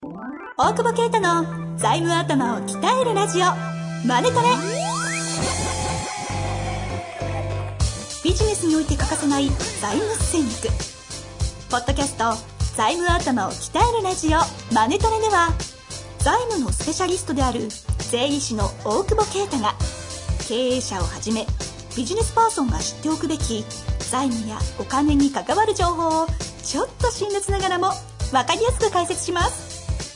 大久保啓太の財務頭を鍛えるラジオマネトレ。ビジネスにおいて欠かせない財務戦略。ポッドキャスト財務頭を鍛えるラジオマネトレでは、財務のスペシャリストである税理士の大久保啓太が、経営者をはじめビジネスパーソンが知っておくべき財務やお金に関わる情報をちょっと辛辣ながらも分かりやすく解説します。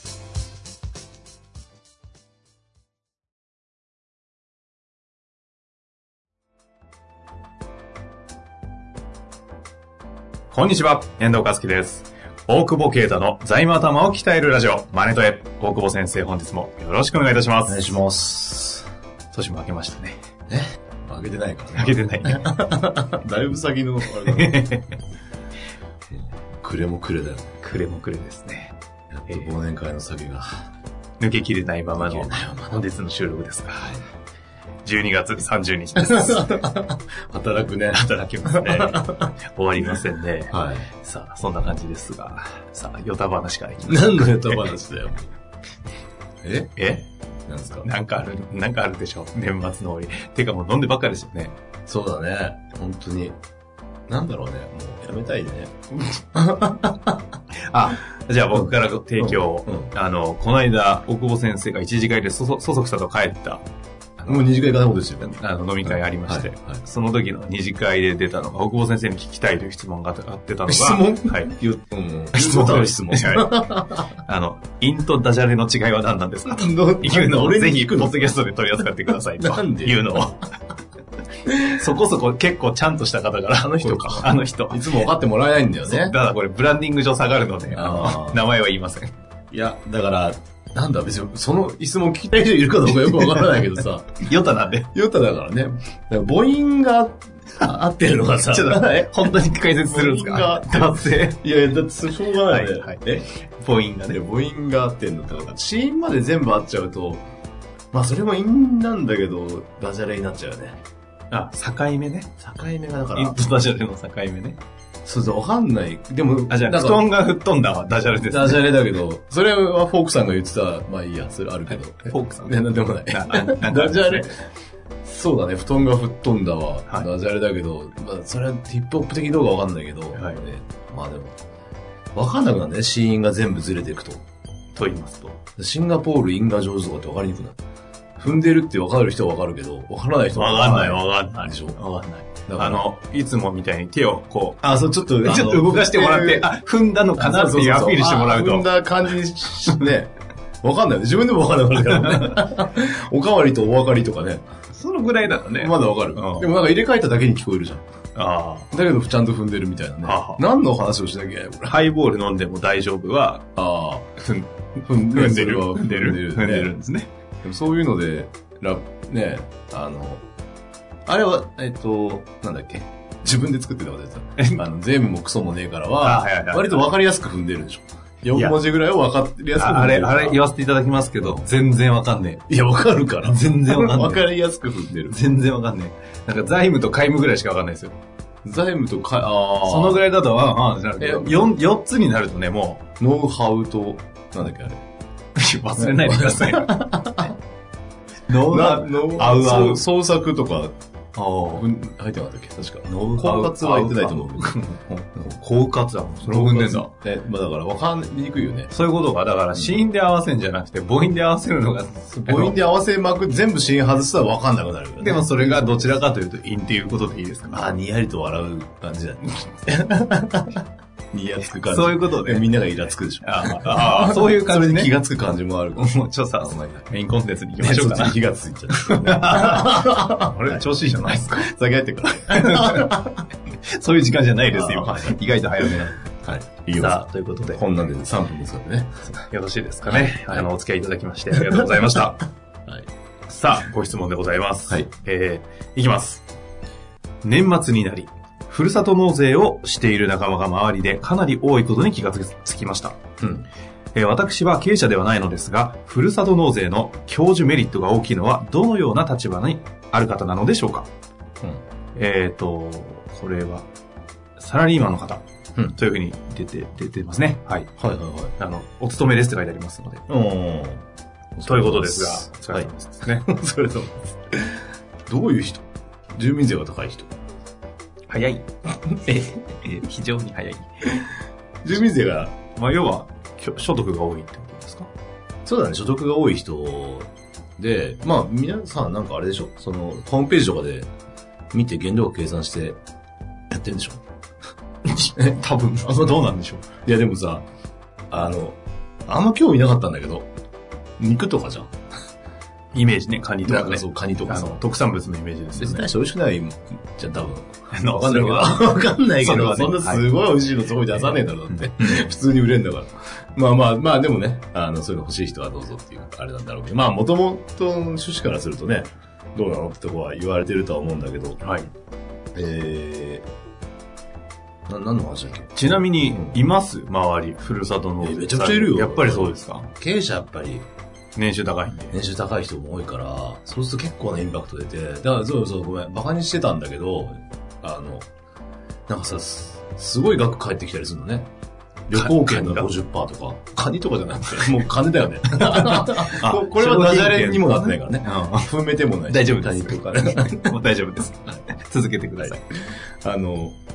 こんにちは、遠藤和樹です。大久保啓太の財務頭を鍛えるラジオマネトレ。大久保先生、本日もよろしくお願いいたします。 お願いします。 年も明けましたね。 明けてないからね。 明けてないね。 だいぶ先のあれだね。暮れも暮れだよね。 暮れも暮れですね。 やっと忘年会の酒が抜けきれないままの本日の収録ですが、12月30日です。 働くね。 働きますね。終わりませんね。 はい。 さあ、そんな感じですが、さあ、ヨタ話からいきましょう。 何のヨタ話だよ。なんですか？ なんかあるでしょ。年末の終わり。てかもう飲んでばっかりですよね。 そうだね。本当に。なんだろうね。もうやめたいね。 じゃあ僕から提供を。この間、大久保先生が一次会でそそくさと帰った。 もう二次会行かないことですよね。 飲み会ありまして、その時の二次会で出たのが、大久保先生に聞きたいという質問があってたのが、 質問はい。 質問。 はい。インとダジャレの違いは何なんですかというのをぜひ、ポッドキャストで取り扱ってくださいというのを。そこそこ結構ちゃんとした方から、あの人。 いつも分かってもらえないんだよね。 ただこれブランディング上下がるので、名前は言いません。 いや、だから、なんだ別に、その質問聞きたい人いるかどうかよくわからないけどさ。 ヨタなんで。 ヨタだからね。だから母音が合ってるのがさ。 ちょっと、本当に解説するんですか？達成。 いや、だってしょうがないね。 はい。母音がね。 母音が合ってんのってことか。子音まで全部合っちゃうと、まあそれも音なんだけど、ダジャレになっちゃうよね。 境目ね。 境目がだから。 インとダジャレの境目ね。 そう、わかんない。でも、 じゃあ、布団が吹っ飛んだはダジャレですね。 ダジャレだけど、それはフォークさんが言ってた、まあいいや、それあるけど。 フォークさんね、なんでもない。ダジャレ。そうだね、布団が吹っ飛んだは、ダジャレだけど、まあそれはヒップホップ的どうかわかんないけど、まあでも、わかんなくなるね、子音が全部ずれていくと。 と言いますと。 シンガポール因果上手とかってわかりにくくなる。踏んでるってわかる人はわかるけど、わからない人はわかんない。 わかんないでしょ。わかんない。いつもみたいに手をこう、 ちょっと動かしてもらって、踏んだのかなっていうアピールしてもらうと。 踏んだ感じね。わかんない。自分でもわかんないからね。おかわりとお分かりとかね。 そのぐらいだとね。 まだわかる。でもなんか入れ替えただけに聞こえるじゃん。だけどちゃんと踏んでるみたいなね。何の話をしなきゃいけないこれ。 ハイボール飲んでも大丈夫は、踏んでるんですね。 でもそういうので、ね、あれは、なんだっけ自分で作ってたことやつだ。税務もクソもねえからは、割と分かりやすく踏んでるでしょ。4文字ぐらいを分かりやすく踏んでる。 あれ言わせていただきますけど、全然分かんねえ。 いや、分かるから。 全然分かんねえ。 分かりやすく踏んでる。 全然分かんねえ。なんか財務と皆無ぐらいしか分かんないですよ。 財務とそのぐらいだと、4つになるとね、もう。ノウハウと、なんだっけあれ。 忘れないでください。ノウハウ。 創作とか、入ってなかったっけ確か。狡猾は言ってないと思う。 狡猾はそれを踏んでんだ。 まあだから分かりにくいよね。 そういうことか。だから子音で合わせんじゃなくて母音で合わせるのが。 母音で合わせまく全部子音外したら分かんなくなるよね。 でもそれがどちらかというと音っていうことでいいですか？ にやりと笑う感じだね。にやつく感じ。 そういうことで。 みんながイラつくでしょ。 そういう感じね。 気がつく感じもある。 もうちょっとさ、メインコンテンツに行きましょうかな。 気がついちゃう。俺、調子いいじゃないですか。 先入ってから。 そういう時間じゃないですよ。意外と早めな。 はい。 さあ、ということで。 こんなんで3分ですからね。 よろしいですかね。お付き合いいただきましてありがとうございました。はい。さあ、ご質問でございます。 はい。 いきます。年末になり、ふるさと納税をしている仲間が周りでかなり多いことに気がつきました。私は経営者ではないのですが、ふるさと納税の享受メリットが大きいのはどのような立場にある方なのでしょうか。これはサラリーマンの方。 そういうふうに出てますね。はい。 はいはいはい。 お勤めですって書いてありますので。ということですが、 はい。 ですね。 それと、どういう人？住民税が高い人。 早い。非常に早い。 住民税が、 要は、所得が多いってことですか？ そうだね、所得が多い人で、皆さんなんかあれでしょ？ホームページとかで見て限度額計算してやってるんでしょ？ 多分。どうなんでしょう。 いやでもさ、あんま興味なかったんだけど、肉とかじゃん。 イメージね、カニとかね。 そう、カニとかさ。 特産物のイメージですよね。 大して美味しくないじゃん、多分。わかんないけど。わかんないけど、そんなすごい美味しいのそこに出さねえだろ、だって。普通に売れんだから。でもね、そういうの欲しい人はどうぞっていう、あれなんだろうけど。もともとの趣旨からするとね、どうなのってとこは言われてるとは思うんだけど。 はい。 何の話だっけ？ ちなみに、います周り、ふるさと納税。 めちゃくちゃいるよ。 やっぱりそうですか？ 経営者やっぱり。 年収高いんで。 年収高い人も多いから、そうすると結構なインパクト出て、だからそう、ごめん、バカにしてたんだけど、なんかさ、すごい額返ってきたりするのね。旅行券の 50% とか。カニとかじゃなくて、もう金だよね。これはダジャレにもなってないからね。踏めてもない。 大丈夫です。 カニとか。 もう大丈夫です。続けてください。 だから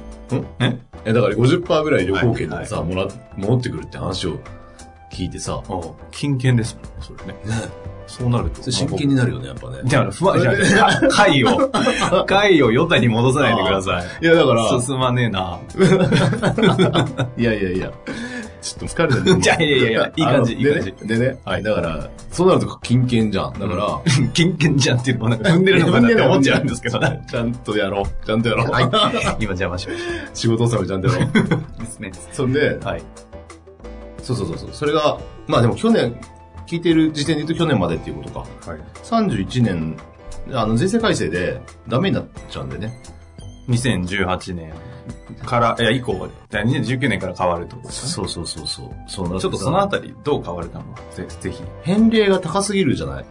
50% ぐらい旅行券でさ、戻ってくるって話を聞いてさ。 金券ですもんね、それね。そうなると。 真剣になるよね、やっぱね。 じゃあ、貝をヨタに戻さないでください。 いや、だから。 進まねえな。 いや。ちょっと疲れてる。 じゃあ、いや、いい感じ。 でね。はい。だから、そうなると金券じゃん。だから、 金券じゃんっていうのもなんか踏んでるのかなって思っちゃうんですけどね。 ちゃんとやろう。 はい。今邪魔しました。 仕事納めちゃんとやろう。 ですね。 そんで、 はい。 そう。それが、でも去年、聞いてる時点で言うと去年までっていうことか。はい。31年、税制改正でダメになっちゃうんでね。 2018年から、以降、2019年から変わるってことですかね。そう。ちょっとそのあたりどう変わるかも、ぜひ。 返礼が高すぎるじゃない。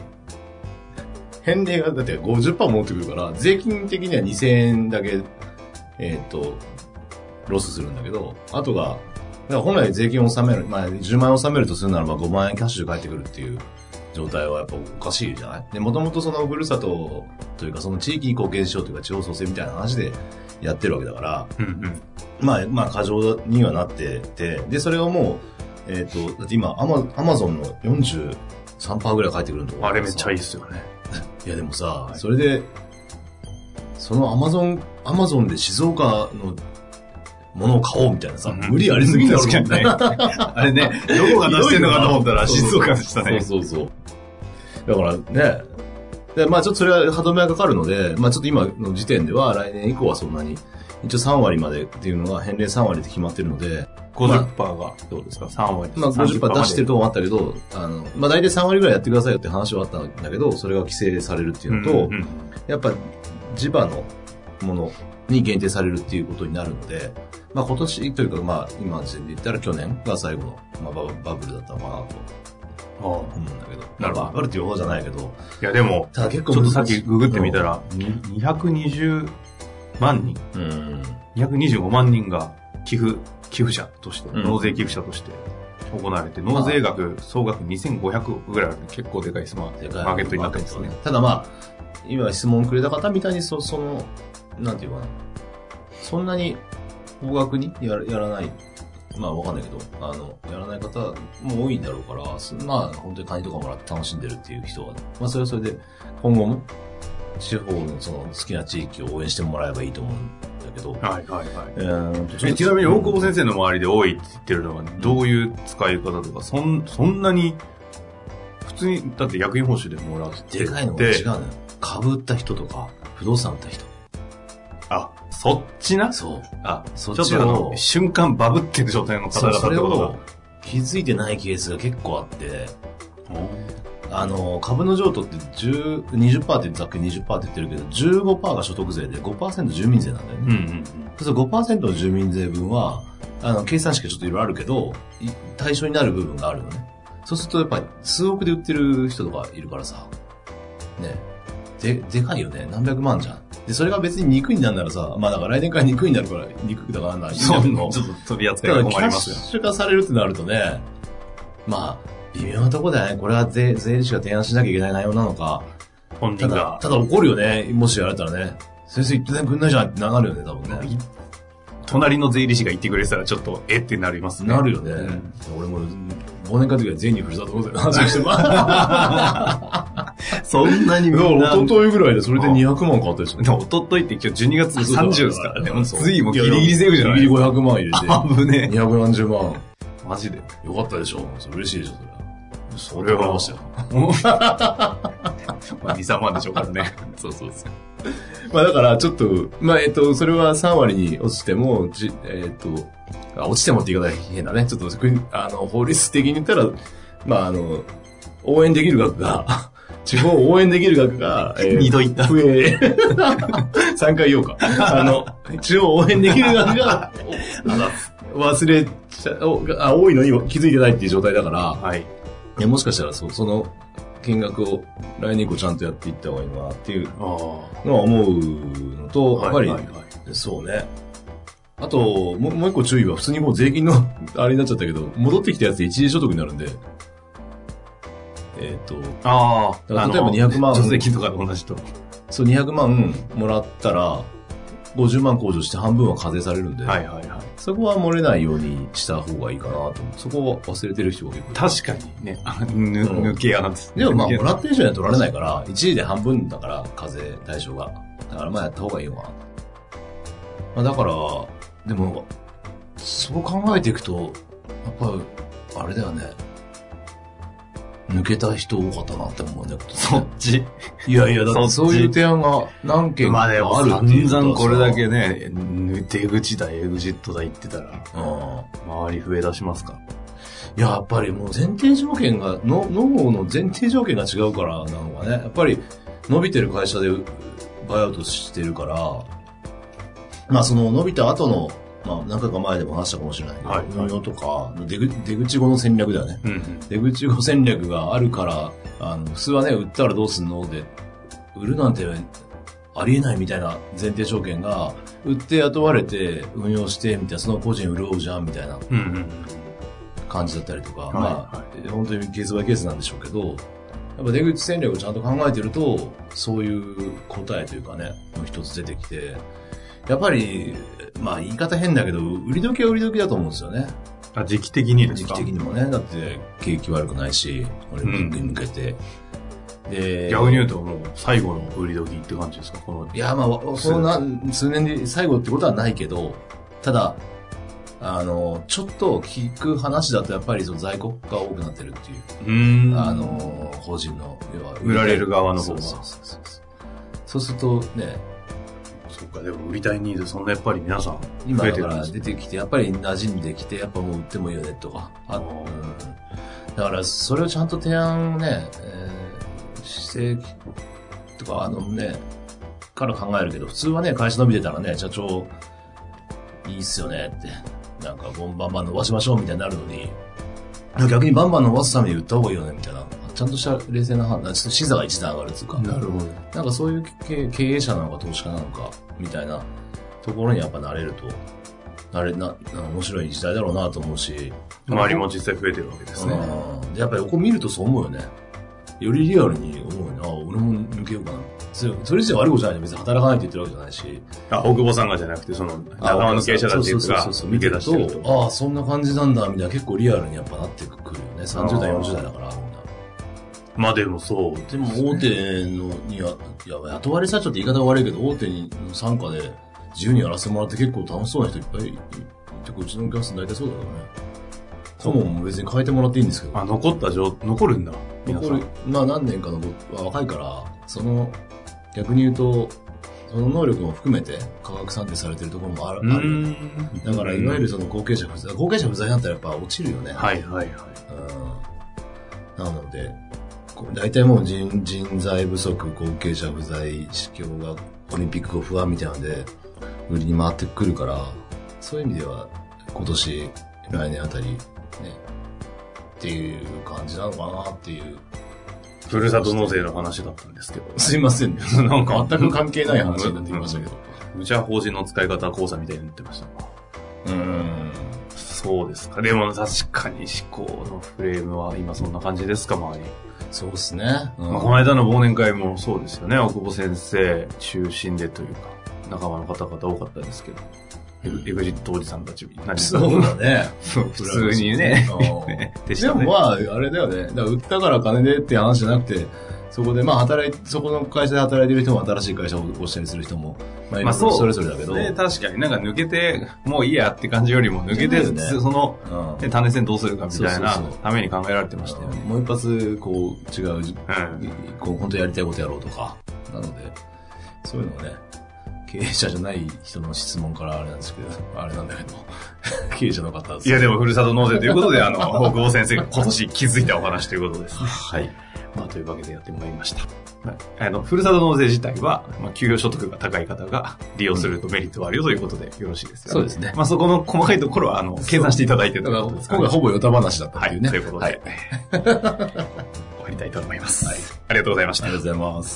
返礼がだって 50% 持ってくるから、税金的には2000円だけ、ロスするんだけど、あとが、本来税金を納める、10万円納めるとするならば5万円キャッシュで返ってくるっていう状態はやっぱおかしいじゃない？で、もともとそのふるさとというかその地域に貢献しようというか地方創生みたいな話でやってるわけだから、過剰にはなってて、で、それをもう、だって今、アマゾンの 43% ぐらい返ってくるのところ。 あれめっちゃいいっすよね。 いやでもさ、それで、そのアマゾンで静岡のものを買おうみたいなさ、無理ありすぎだろ。 確かにね。あれね、どこが出してんのかと思ったら静岡でしたね。 そう。だからね、で、ちょっとそれは歯止めがかかるので、ちょっと今の時点では来年以降はそんなに、一応3割までっていうのが返礼3割で決まってるので、 50% がどうですか ?3 割。 50% 出してるとこもあったけど、大体3割ぐらいやってくださいよって話はあったんだけど、それが規制されるっていうのと、やっぱ地場のものに限定されるっていうことになるので、今年というか、今の時点で言ったら去年が最後の、バブルだったのかなと思うんだけど。バブルっていう方じゃないけど。 いやでも、 ただ結構ちょっとさっきググってみたら、220万人、225万人が寄付者として、納税寄付者として行われて、納税額、総額2500億ぐらいあるんで結構でかいマーケットになってますね。 ただ今質問くれた方みたいにその、なんていうかな。そんなに高額にやらない。わかんないけど、やらない方も多いんだろうから、本当にカニとかもらって楽しんでるっていう人は、それはそれで、今後も、地方のその好きな地域を応援してもらえばいいと思うんだけど。 はい。ちなみに大久保先生の周りで多いって言ってるのは、どういう使い方とか、そんなに、普通に、だって役員報酬でもらうって。 でかいのが違うのよ。株売った人とか、不動産売った人。 そっちな？ そう。 そっちを瞬間バブってる状態の方々ってことだ。 それを気づいてないケースが結構あって、株の譲渡って20% ってざっくり 20% って言ってるけど、15% が所得税で 5% 住民税なんだよね。その 5% の住民税分は、計算式がちょっといろいろあるけど、対象になる部分があるのね。そうするとやっぱり数億で売ってる人とかいるからさ、ね。でかいよね。何百万じゃん。 で、それが別に肉になるならさ、まあだから来年から肉になるから肉だからなんだ。 そう、ちょっと取り扱いが困りますよ。 キャッシュ化されるってなるとね、まあ、微妙なとこだよね。これは税理士が提案しなきゃいけない内容なのか。 本人が。 ただ怒るよね。もしやられたらね。先生言ってくんないじゃんってなるよね、多分ね。 隣の税理士が言ってくれてたらちょっとってなりますね。 なるよね。俺も忘年会の時は税にふるさと納税の話してそんなにおとといぐらいでそれで200万買ったでしょ。 おとといって今日12月30ですからね。ついもうギリギリセーフじゃない。 ギリ500万入れて。 危ねえ。 240万。 マジで。 よかったでしょ。それ嬉しいでしょ、それは。それはましたよ。 まあ2、3万でしょうからね。そう。 まあだからちょっと、まあそれは3割に落ちても、落ちてもって言い方変だね。ちょっと、法律的に言ったら、まあ応援できる額が、地方を応援できる額が、 2度言った。 増え、3回言おうか。地方を応援できる額が、忘れちゃ、多いのに気づいてないっていう状態だから、 はい。 もしかしたらその金額を来年以降ちゃんとやっていった方がいいのかなっていうのは思うのと、やっぱり、そうね。あと、もう一個注意は、普通にもう税金のあれになっちゃったけど、戻ってきたやつで一時所得になるんで、だから例えば200万。 助成金とかと同じと。 そう、200万もらったら、50万控除して半分は課税されるんで、そこは漏れないようにした方がいいかなと。そこは忘れてる人が結構。 確かにね。抜け穴です。 でもまあ、もらってる人には取られないから、一時で半分だから、課税対象が。だからまあやった方がいいのかな。まあだから、でも、そう考えていくと、やっぱり、あれだよね。抜けた人多かったなって思うね。 そっち。 いや、だってそういう提案が何件かあるっていう。 散々これだけね、出口だ、エグジットだ言ってたら、周り増え出しますか。 いや、やっぱりもう前提条件が、の前提条件が違うからなのかね。やっぱり伸びてる会社でバイアウトしてるから、まあその伸びた後の、まあ何回か前でも話したかもしれないけど、運用とか出口後の戦略だよね。出口後戦略があるから、普通はね、売ったらどうすんので、売るなんてありえないみたいな前提条件が、売って雇われて運用してみたいな、その個人潤うじゃんみたいな感じだったりとか、まあ本当にケースバイケースなんでしょうけど、やっぱ出口戦略をちゃんと考えてると、そういう答えというかね、一つ出てきて、やっぱり、まあ言い方変だけど、売り時は売り時だと思うんですよね。 時期的にですか？ 時期的にもね。だって景気悪くないし、オリンピックに向けて。 で、逆に言うともう最後の売り時って感じですか？ いや、まあ、そんな数年で最後ってことはないけど、ただ、ちょっと聞く話だとやっぱりその在庫が多くなってるっていう。法人の、 要は売られる側の方が。 そうするとね、 そうか、でも売りたいニーズそんなやっぱり皆さん今だから出てきて、やっぱり馴染んできて、やっぱもう売ってもいいよねとか。だからそれをちゃんと提案ね、してとかから考えるけど、普通はね、会社伸びてたらね、社長いいっすよねって、なんかバンバン伸ばしましょうみたいになるのに、逆にバンバン伸ばすために売った方がいいよねみたいな。ちゃんとした冷静な判断、ちょっと視座が一段上がるというか。 なるほど。 なんかそういう経営者なのか投資家なのか、みたいなところにやっぱなれると、面白い時代だろうなと思うし。 周りも実際増えてるわけですね。 でやっぱり横見るとそう思うよね。よりリアルに思うよね。俺も抜けようかな。それ自体悪いことじゃない。別に働かないって言ってるわけじゃないし。 大久保さんがじゃなくて、その、仲間の経営者だっていうか、 見て出してると、そんな感じなんだ、みたいな結構リアルにやっぱなってくるよね。30代、40代だから、みんな。 まあでもそう。 でも大手には、雇われ社長って言い方悪いけど、大手に参加で自由にやらせてもらって結構楽しそうな人いっぱいいて、うちのお客さん大体そうだよね。顧問も別に変えてもらっていいんですけど。 残るんだ。 残る。まあ何年か若いから、逆に言うと、その能力も含めて価格算定されてるところもある。だからいわゆるその後継者不在だったらやっぱ落ちるよね。 はい。 なので、大体もう人材不足、後継者不在、市況がオリンピック後不安みたいなので、売りに回ってくるから、そういう意味では今年、来年あたり、ね、っていう感じなのかなっていうふるさと納税の話だったんですけど。 すいませんね。 なんか全く関係ない話になってきましたけど。 うちは法人の使い方講座みたいになってました。そうですか。でも確かに思考のフレームは今そんな感じですか、周り。 そうですね。 この間の忘年会もそうですよね。大久保先生中心でというか、仲間の方々多かったですけど。エグジットおじさんたちそうだね。 普通にね。 でもまあ、あれだよね。だから売ったから金でって話じゃなくて、そこでまあそこの会社で働いてる人も新しい会社を押したりする人も、まあそれぞれだけど。 ね、確かになんか抜けて、もういいやって感じよりも抜けて、その、種銭どうするかみたいなために考えられてましたよね。 もう一発、こう、違う、こう、本当やりたいことやろうとか。なので、そういうのをね、経営者じゃない人の質問からあれなんですけど、あれなんだけど、経営者の方です。 いやでも、ふるさと納税ということで、大久保先生が今年気づいたお話ということですね。 はい。 まあ、というわけでやってまいりました。ふるさと納税自体は、給与所得が高い方が利用するとメリットはあるよということでよろしいですか、 そうですね。 まあ、そこの細かいところは、計算していただいてということですか、 今回ほぼヨタ話だったっていうね。 はい、ということで。はい。終わりたいと思います。はい。ありがとうございました。 ありがとうございます。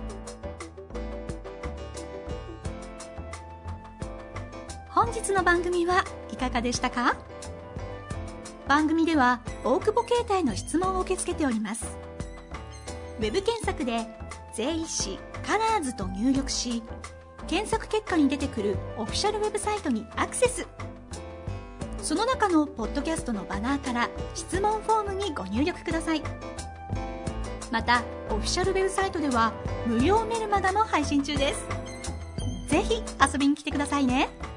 本日の番組はいかがでしたか？番組では大久保携帯の質問を受け付けております。ウェブ検索で税理士カラーズと入力し、検索結果に出てくるオフィシャルウェブサイトにアクセス。その中のポッドキャストのバナーから質問フォームにご入力ください。またオフィシャルウェブサイトでは無料メルマガも配信中です。ぜひ遊びに来てくださいね。